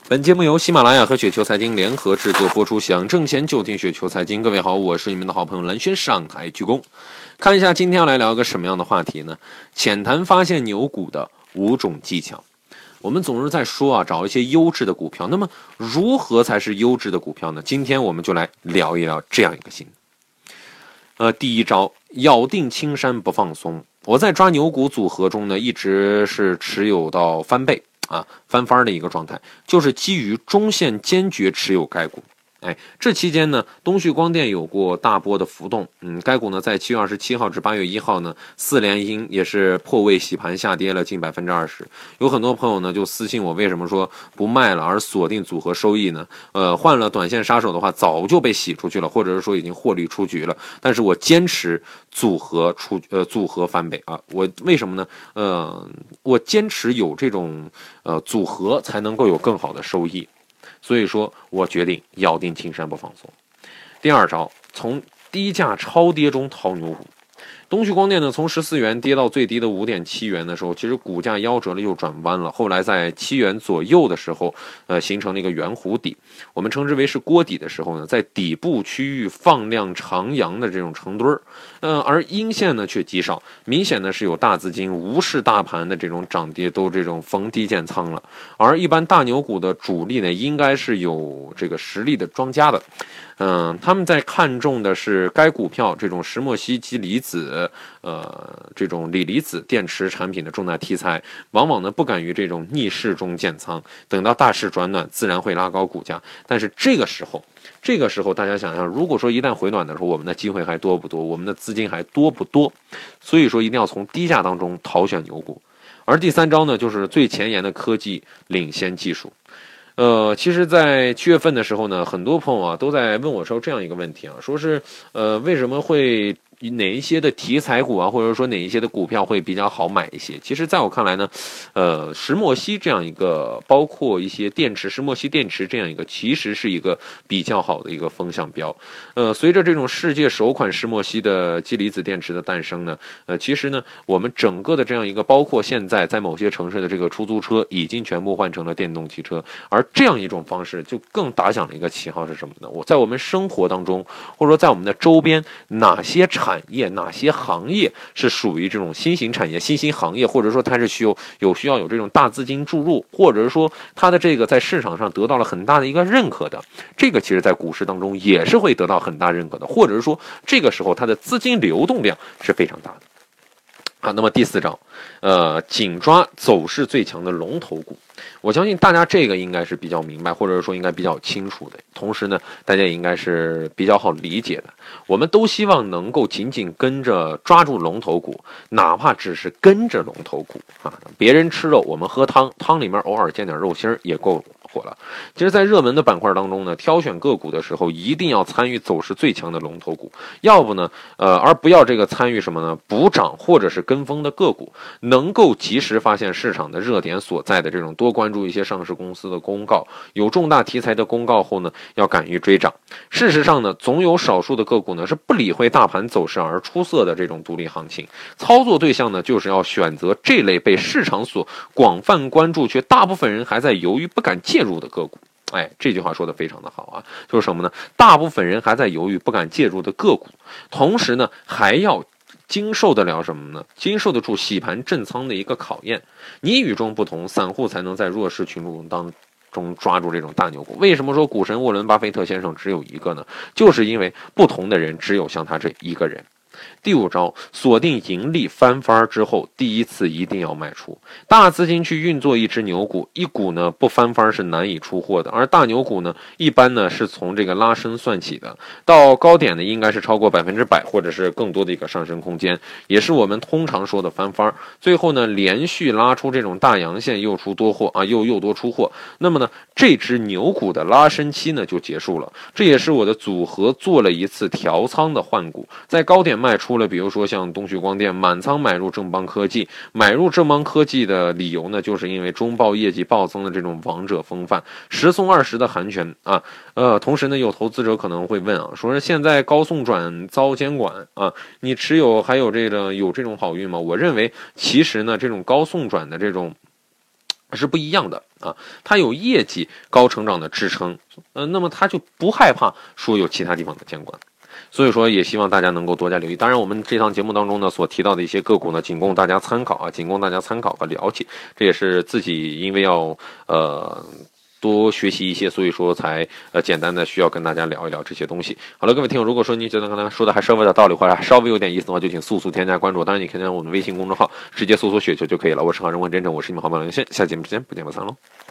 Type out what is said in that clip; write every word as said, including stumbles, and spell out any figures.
本节目由喜马拉雅和雪球财经联合制作播出，想挣钱就听雪球财经。各位好，我是你们的好朋友蓝轩，上台鞠躬。看一下今天要来聊个什么样的话题呢？浅谈发现牛股的五种技巧。我们总是在说啊，找一些优质的股票。那么如何才是优质的股票呢？今天我们就来聊一聊这样一个新。呃，第一招，咬定青山不放松。我在抓牛股组合中呢，一直是持有到翻倍。啊，翻番的一个状态，就是基于中线坚决持有该股。哎，这期间呢，东旭光电有过大波的浮动，嗯，该股呢在七月二十七号至八月一号呢，四连阴也是破位洗盘下跌了近百分之二十。有很多朋友呢就私信我，为什么说不卖了而锁定组合收益呢？呃，换了短线杀手的话，早就被洗出去了，或者是说已经获利出局了。但是我坚持组合出呃组合翻倍啊，我为什么呢？呃，我坚持有这种呃组合才能够有更好的收益。所以说我决定咬定青山不放松。第二招，从低价超跌中淘牛股。东旭光电呢，从十四元跌到最低的 五点七元的时候，其实股价夭折了又转弯了。后来在七元左右的时候，呃，形成了一个圆弧底，我们称之为是锅底的时候呢，在底部区域放量长阳的这种成堆儿，呃，而阴线呢却极少，明显呢是有大资金无视大盘的这种涨跌，都这种逢低建仓了。而一般大牛股的主力呢，应该是有这个实力的庄家的。嗯，他们在看重的是该股票这种石墨烯基离子，呃，这种锂离子电池产品的重大题材，往往呢不敢于这种逆势中建仓，等到大势转暖，自然会拉高股价。但是这个时候，这个时候大家想想，如果说一旦回暖的时候，我们的机会还多不多？我们的资金还多不多？所以说一定要从低价当中淘选牛股。而第三招呢，就是最前沿的科技领先技术。呃，其实，在七月份的时候呢，很多朋友啊都在问我说这样一个问题啊，说是呃为什么会哪一些的题材股啊，或者说哪一些的股票会比较好买一些？其实，在我看来呢，呃，石墨烯这样一个，包括一些电池、石墨烯电池这样一个，其实是一个比较好的一个风向标。呃，随着这种世界首款石墨烯的基离子电池的诞生呢，呃，其实呢，我们整个的这样一个，包括现在在某些城市的这个出租车，已经全部换成了电动汽车，而这样一种方式，就更打响了一个旗号是什么呢？我在我们生活当中，或者说在我们的周边，哪些产产业哪些行业是属于这种新型产业、新兴行业，或者说它是需要有需要有这种大资金注入，或者是说它的这个在市场上得到了很大的一个认可的，这个其实在股市当中也是会得到很大认可的，或者是说这个时候它的资金流动量是非常大的。啊，那么第四招，呃，紧抓走势最强的龙头股。我相信大家这个应该是比较明白，或者说应该比较清楚的。同时呢，大家也应该是比较好理解的。我们都希望能够紧紧跟着抓住龙头股，哪怕只是跟着龙头股啊。别人吃肉，我们喝汤，汤里面偶尔见点肉腥也够火了。其实，在热门的板块当中呢，挑选个股的时候，一定要参与走势最强的龙头股，要不呢，呃，而不要这个参与什么呢？补涨或者是跟风的个股，能够及时发现市场的热点所在的这种，多关注一些上市公司的公告，有重大题材的公告后呢，要敢于追涨。事实上呢，总有少数的个股呢是不理会大盘走势而出色的这种独立行情，操作对象呢就是要选择这类被市场所广泛关注，却大部分人还在犹豫不敢介入的个股。哎，这句话说的非常的好啊，就是什么呢？大部分人还在犹豫不敢介入的个股，同时呢还要经受得了什么呢？经受得住洗盘震仓的一个考验。你与众不同，散户才能在弱势群众当中抓住这种大牛股。为什么说股神沃伦巴菲特先生只有一个呢？就是因为不同的人只有像他这一个人。第五招，锁定盈利翻番之后，第一次一定要卖出。大资金去运作一只牛股，一股呢不翻番是难以出货的，而大牛股呢，一般呢是从这个拉升算起的，到高点呢应该是超过百分之百，或者是更多的一个上升空间，也是我们通常说的翻番。最后呢，连续拉出这种大阳线，又出多货啊，又又多出货，那么呢，这只牛股的拉升期呢就结束了。这也是我的组合做了一次调仓的换股，在高点卖出了，比如说像东旭光电，满仓买入正邦科技。买入正邦科技的理由呢，就是因为中报业绩暴增的这种王者风范，十送二十的寒拳啊。呃，同时呢，有投资者可能会问啊，说是现在高送转遭监管啊，你持有还有这个有这种好运吗？我认为其实呢，这种高送转的这种是不一样的啊，它有业绩高成长的支撑，呃，那么它就不害怕说有其他地方的监管。所以说，也希望大家能够多加留意。当然，我们这档节目当中呢所提到的一些个股呢，仅供大家参考啊，仅供大家参考和了解。这也是自己因为要呃多学习一些，所以说才呃简单的需要跟大家聊一聊这些东西。好了，各位听友，如果说您觉得刚才说的还稍微有点道理，或者还稍微有点意思的话，就请速速添加关注。当然，你可以在我们的微信公众号直接搜索雪球就可以了。我是好人问真诚，我是你们好朋友林轩，下期节目之间不见不散喽。